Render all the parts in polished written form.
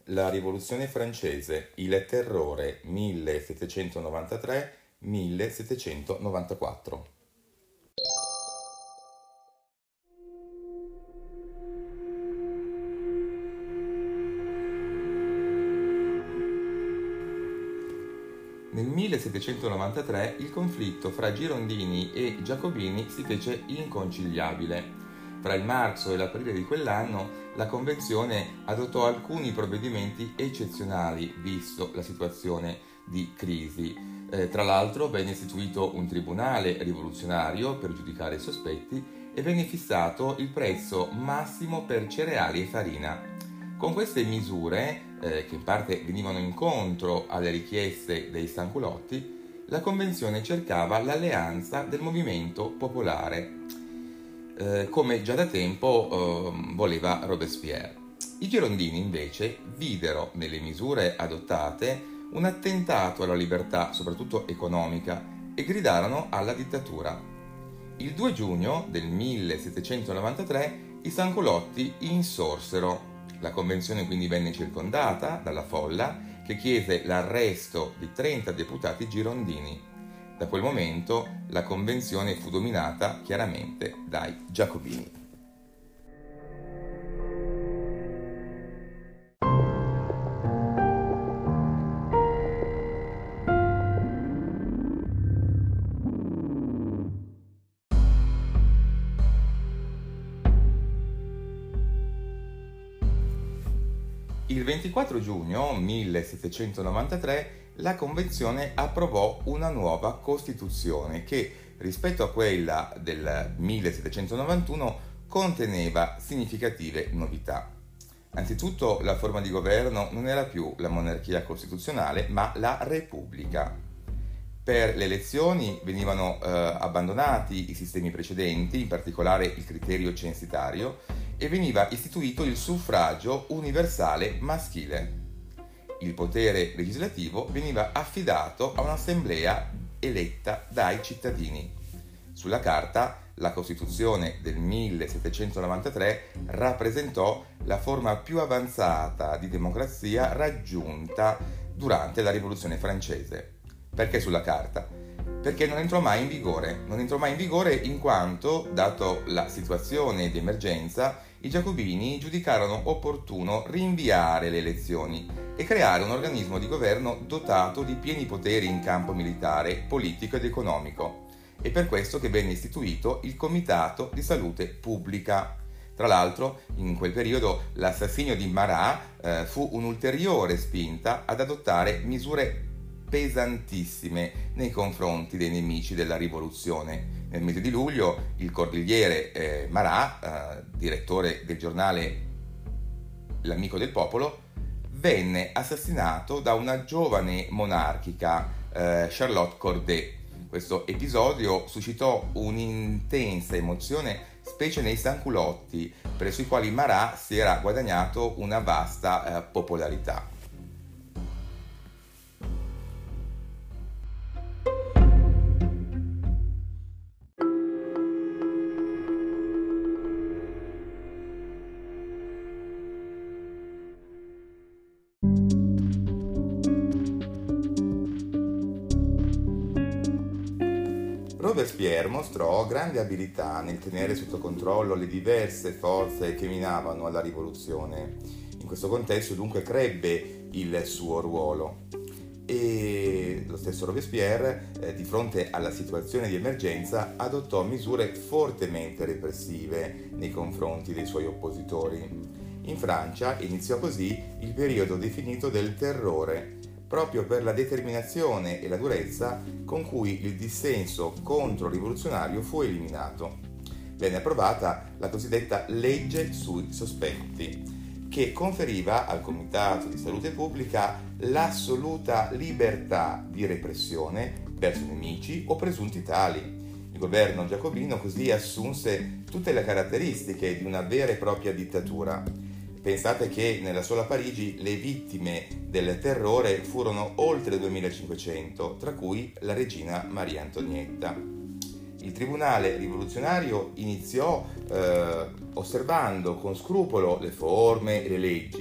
La rivoluzione francese, il terrore 1793-1794. Nel 1793 il conflitto fra girondini e giacobini si fece inconciliabile. Tra il marzo e l'aprile di quell'anno la Convenzione adottò alcuni provvedimenti eccezionali, visto la situazione di crisi. Tra l'altro venne istituito un tribunale rivoluzionario per giudicare i sospetti e venne fissato il prezzo massimo per cereali e farina. Con queste misure, che in parte venivano incontro alle richieste dei sanculotti, la Convenzione cercava l'alleanza del movimento popolare, come già da tempo voleva Robespierre. I girondini invece videro nelle misure adottate un attentato alla libertà, soprattutto economica, e gridarono alla dittatura. Il 2 giugno del 1793 i sanculotti insorsero. La Convenzione quindi venne circondata dalla folla che chiese l'arresto di 30 deputati girondini. Da quel momento la Convenzione fu dominata chiaramente dai giacobini. Il 24 giugno 1793 la Convenzione approvò una nuova Costituzione che, rispetto a quella del 1791, conteneva significative novità. Anzitutto, la forma di governo non era più la monarchia costituzionale, ma la Repubblica. Per le elezioni venivano abbandonati i sistemi precedenti, in particolare il criterio censitario, e veniva istituito il suffragio universale maschile. Il potere legislativo veniva affidato a un'assemblea eletta dai cittadini. Sulla carta, la Costituzione del 1793 rappresentò la forma più avanzata di democrazia raggiunta durante la Rivoluzione francese. Perché sulla carta? Perché non entrò mai in vigore. Non entrò mai in vigore in quanto, dato la situazione di emergenza, i giacobini giudicarono opportuno rinviare le elezioni e creare un organismo di governo dotato di pieni poteri in campo militare, politico ed economico. È per questo che venne istituito il Comitato di Salute Pubblica. Tra l'altro, in quel periodo l'assassinio di Marat fu un'ulteriore spinta ad adottare misure pesantissime nei confronti dei nemici della rivoluzione. Nel mese di luglio il cordigliere Marat, direttore del giornale L'Amico del Popolo, venne assassinato da una giovane monarchica, Charlotte Corday. Questo episodio suscitò un'intensa emozione, specie nei sanculotti, presso i quali Marat si era guadagnato una vasta popolarità. Robespierre mostrò grande abilità nel tenere sotto controllo le diverse forze che minavano alla rivoluzione. In questo contesto dunque crebbe il suo ruolo e lo stesso Robespierre, di fronte alla situazione di emergenza, adottò misure fortemente repressive nei confronti dei suoi oppositori. In Francia iniziò così il periodo definito del terrore, proprio per la determinazione e la durezza con cui il dissenso controrivoluzionario fu eliminato. Venne approvata la cosiddetta legge sui sospetti, che conferiva al Comitato di Salute Pubblica l'assoluta libertà di repressione verso nemici o presunti tali. Il governo giacobino così assunse tutte le caratteristiche di una vera e propria dittatura. Pensate che nella sola Parigi le vittime del terrore furono oltre 2500, tra cui la regina Maria Antonietta. Il tribunale rivoluzionario iniziò osservando con scrupolo le forme e le leggi,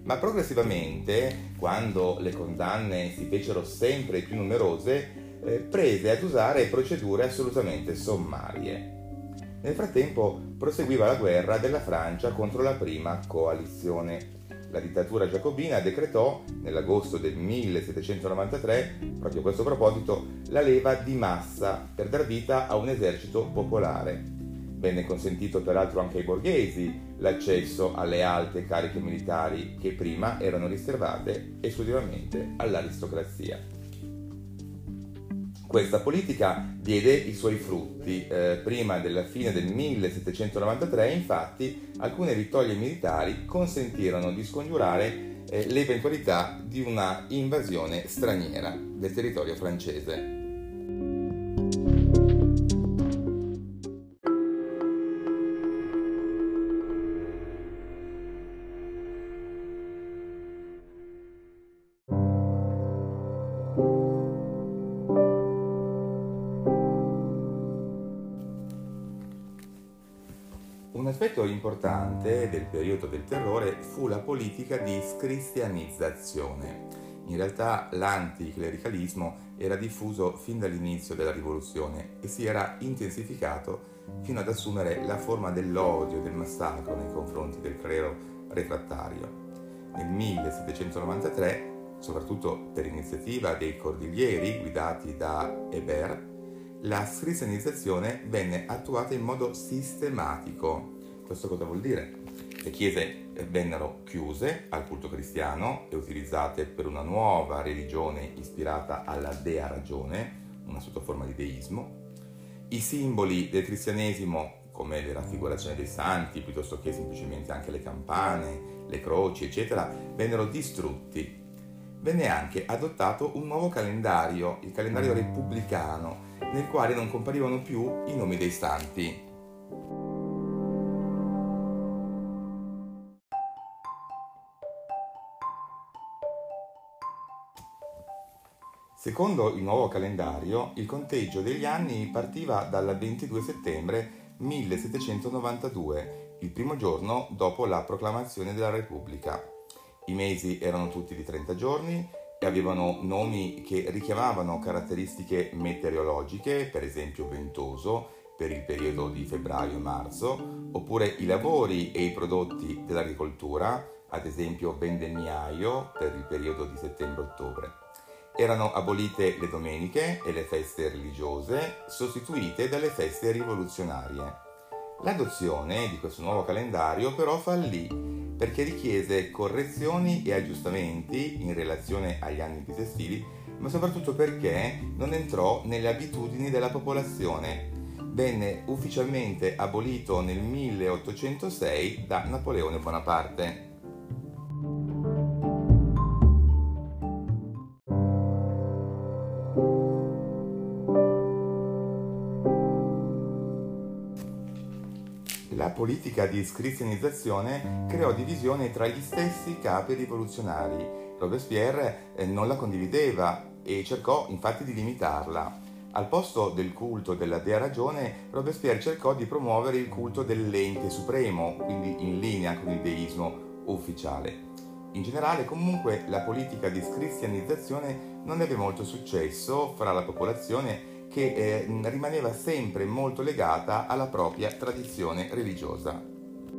ma progressivamente, quando le condanne si fecero sempre più numerose, prese ad usare procedure assolutamente sommarie. Nel frattempo proseguiva la guerra della Francia contro la prima coalizione. La dittatura giacobina decretò, nell'agosto del 1793, proprio a questo proposito, la leva di massa per dar vita a un esercito popolare. Venne consentito peraltro anche ai borghesi l'accesso alle alte cariche militari che prima erano riservate esclusivamente all'aristocrazia. Questa politica diede i suoi frutti. Prima della fine del 1793, infatti, alcune vittorie militari consentirono di scongiurare l'eventualità di una invasione straniera del territorio francese. Un aspetto importante del periodo del terrore fu la politica di scristianizzazione. In realtà l'anticlericalismo era diffuso fin dall'inizio della rivoluzione e si era intensificato fino ad assumere la forma dell'odio e del massacro nei confronti del clero refrattario. Nel 1793, soprattutto per iniziativa dei Cordiglieri guidati da Hébert, la scristianizzazione venne attuata in modo sistematico. Questo cosa vuol dire? Le chiese vennero chiuse al culto cristiano e utilizzate per una nuova religione ispirata alla dea ragione, una sottoforma di deismo. I simboli del cristianesimo, come le raffigurazioni dei santi, piuttosto che semplicemente anche le campane, le croci, eccetera, vennero distrutti. Venne anche adottato un nuovo calendario, il calendario repubblicano, nel quale non comparivano più i nomi dei santi. Secondo il nuovo calendario, il conteggio degli anni partiva dal 22 settembre 1792, il primo giorno dopo la proclamazione della Repubblica. I mesi erano tutti di 30 giorni e avevano nomi che richiamavano caratteristiche meteorologiche, per esempio ventoso per il periodo di febbraio e marzo, oppure i lavori e i prodotti dell'agricoltura, ad esempio vendemmiaio per il periodo di settembre-ottobre. Erano abolite le domeniche e le feste religiose, sostituite dalle feste rivoluzionarie. L'adozione di questo nuovo calendario però fallì perché richiese correzioni e aggiustamenti in relazione agli anni bisestili, ma soprattutto perché non entrò nelle abitudini della popolazione. Venne ufficialmente abolito nel 1806 da Napoleone Bonaparte. La politica di scristianizzazione creò divisione tra gli stessi capi rivoluzionari. Robespierre non la condivideva e cercò infatti di limitarla. Al posto del culto della dea ragione, Robespierre cercò di promuovere il culto dell'ente supremo, quindi in linea con il deismo ufficiale. In generale, comunque, la politica di scristianizzazione non ebbe molto successo fra la popolazione che rimaneva sempre molto legata alla propria tradizione religiosa.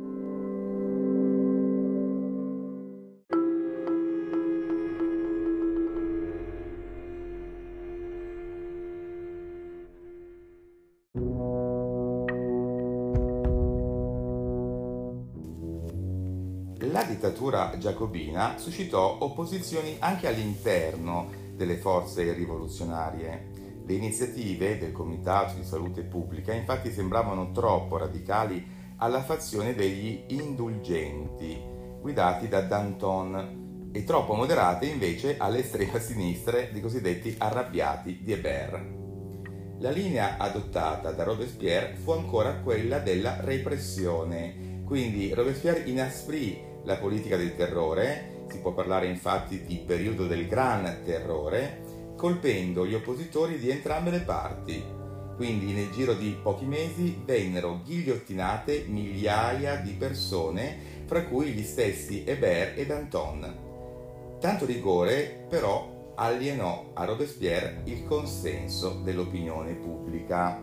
La dittatura giacobina suscitò opposizioni anche all'interno delle forze rivoluzionarie. Le iniziative del Comitato di Salute Pubblica infatti sembravano troppo radicali alla fazione degli indulgenti, guidati da Danton, e troppo moderate invece all'estrema sinistra dei cosiddetti arrabbiati di Hébert. La linea adottata da Robespierre fu ancora quella della repressione, quindi Robespierre inasprì la politica del terrore, si può parlare infatti di periodo del Gran Terrore, colpendo gli oppositori di entrambe le parti. Quindi nel giro di pochi mesi vennero ghigliottinate migliaia di persone fra cui gli stessi Hébert e Danton. Tanto rigore, però, alienò a Robespierre il consenso dell'opinione pubblica.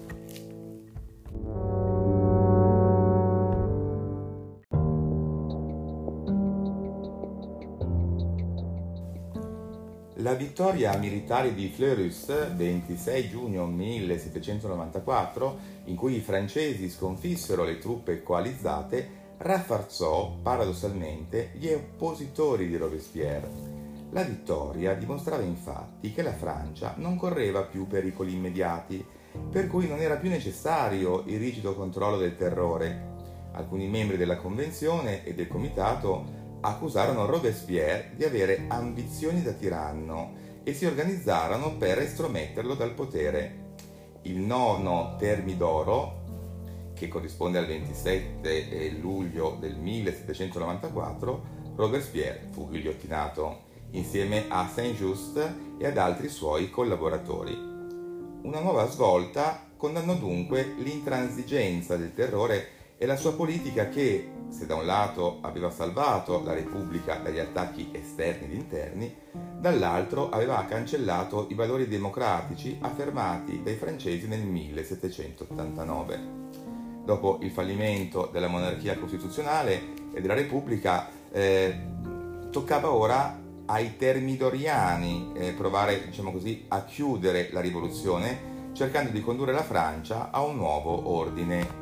La vittoria militare di Fleurus, 26 giugno 1794, in cui i francesi sconfissero le truppe coalizzate, rafforzò paradossalmente gli oppositori di Robespierre. La vittoria dimostrava infatti che la Francia non correva più pericoli immediati, per cui non era più necessario il rigido controllo del terrore. Alcuni membri della Convenzione e del Comitato accusarono Robespierre di avere ambizioni da tiranno e si organizzarono per estrometterlo dal potere. Il nono Thermidoro, che corrisponde al 27 luglio del 1794, Robespierre fu ghigliottinato insieme a Saint-Just e ad altri suoi collaboratori. Una nuova svolta condannò dunque l'intransigenza del terrore e la sua politica che, se da un lato aveva salvato la Repubblica dagli attacchi esterni ed interni, dall'altro aveva cancellato i valori democratici affermati dai francesi nel 1789. Dopo il fallimento della monarchia costituzionale e della Repubblica, toccava ora ai termidoriani provare, a chiudere la rivoluzione, cercando di condurre la Francia a un nuovo ordine.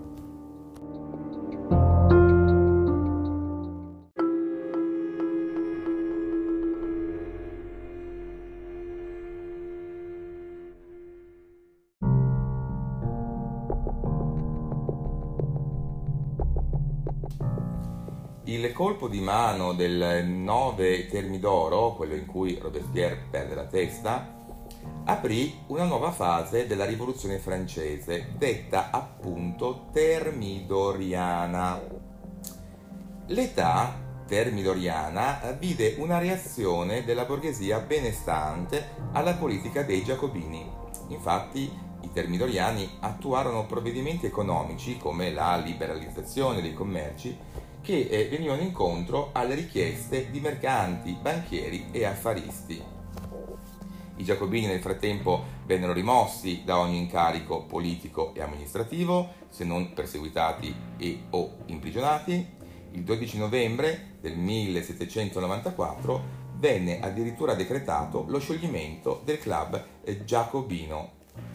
Il colpo di mano del 9 Thermidoro, quello in cui Robespierre perde la testa, aprì una nuova fase della rivoluzione francese, detta appunto termidoriana. L'età termidoriana vide una reazione della borghesia benestante alla politica dei giacobini. Infatti, i termidoriani attuarono provvedimenti economici come la liberalizzazione dei commerci che venivano incontro alle richieste di mercanti, banchieri e affaristi. I giacobini nel frattempo vennero rimossi da ogni incarico politico e amministrativo, se non perseguitati e o imprigionati. Il 12 novembre del 1794 venne addirittura decretato lo scioglimento del club giacobino.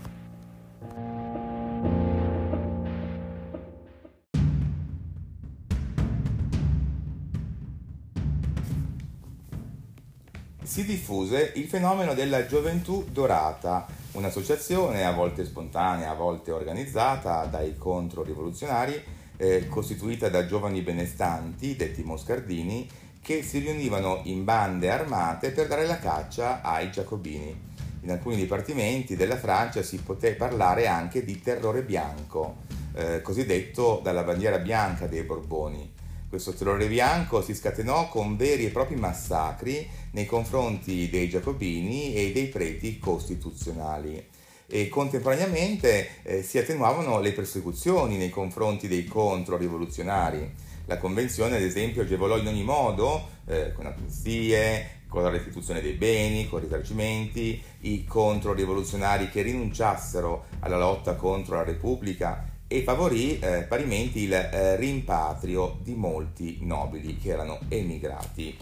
Si diffuse il fenomeno della Gioventù Dorata, un'associazione a volte spontanea, a volte organizzata dai controrivoluzionari, costituita da giovani benestanti, detti moscardini, che si riunivano in bande armate per dare la caccia ai giacobini. In alcuni dipartimenti della Francia si poté parlare anche di terrore bianco, cosiddetto dalla bandiera bianca dei Borboni. Questo terrore bianco si scatenò con veri e propri massacri nei confronti dei giacobini e dei preti costituzionali e contemporaneamente si attenuavano le persecuzioni nei confronti dei controrivoluzionari. La Convenzione, ad esempio, agevolò in ogni modo, con amnistie, con la restituzione dei beni, con risarcimenti, i controrivoluzionari che rinunciassero alla lotta contro la Repubblica e favorì parimenti il rimpatrio di molti nobili che erano emigrati.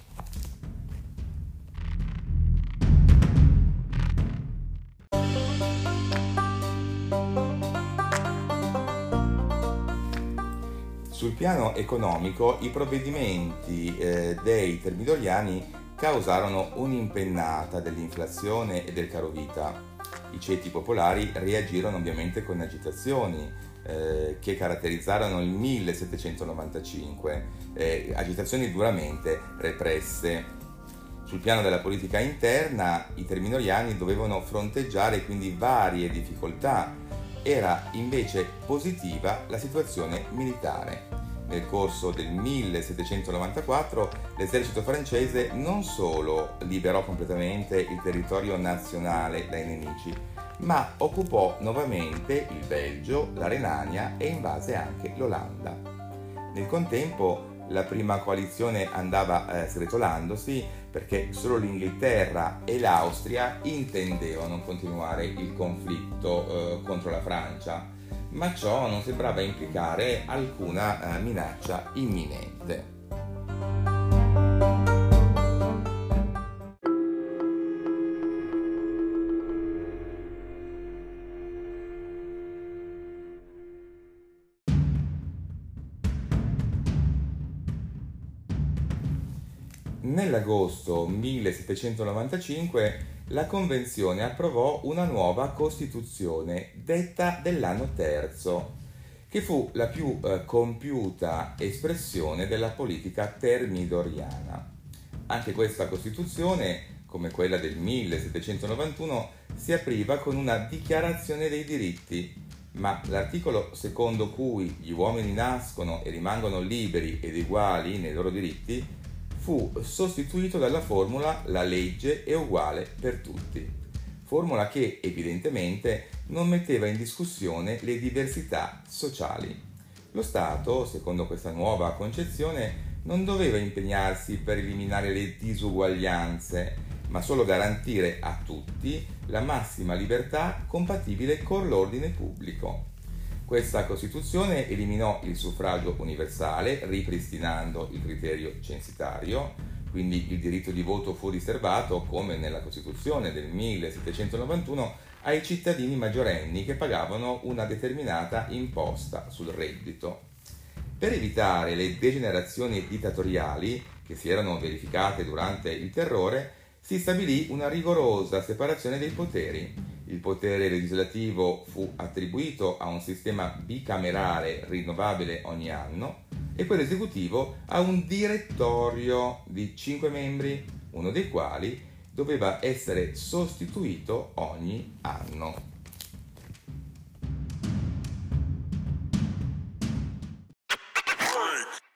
Sul piano economico, i provvedimenti dei termidoriani causarono un'impennata dell'inflazione e del carovita. I ceti popolari reagirono ovviamente con agitazioni che caratterizzarono il 1795, agitazioni duramente represse. Sul piano della politica interna, i termidoriani dovevano fronteggiare quindi varie difficoltà. Era invece positiva la situazione militare. Nel corso del 1794 l'esercito francese non solo liberò completamente il territorio nazionale dai nemici, ma occupò nuovamente il Belgio, la Renania e invase anche l'Olanda. Nel contempo la prima coalizione andava sgretolandosi perché solo l'Inghilterra e l'Austria intendevano continuare il conflitto contro la Francia, ma ciò non sembrava implicare alcuna minaccia imminente. Nell'agosto 1795 la Convenzione approvò una nuova Costituzione, detta dell'anno terzo, che fu la più compiuta espressione della politica termidoriana. Anche questa Costituzione, come quella del 1791, si apriva con una dichiarazione dei diritti, ma l'articolo secondo cui gli uomini nascono e rimangono liberi ed uguali nei loro diritti fu sostituito dalla formula "la legge è uguale per tutti", formula che evidentemente non metteva in discussione le diversità sociali. Lo Stato, secondo questa nuova concezione, non doveva impegnarsi per eliminare le disuguaglianze, ma solo garantire a tutti la massima libertà compatibile con l'ordine pubblico. Questa Costituzione eliminò il suffragio universale, ripristinando il criterio censitario, quindi il diritto di voto fu riservato, come nella Costituzione del 1791, ai cittadini maggiorenni che pagavano una determinata imposta sul reddito. Per evitare le degenerazioni dittatoriali che si erano verificate durante il terrore, si stabilì una rigorosa separazione dei poteri. Il potere legislativo fu attribuito a un sistema bicamerale rinnovabile ogni anno e quello esecutivo a un direttorio di 5 membri, uno dei quali doveva essere sostituito ogni anno.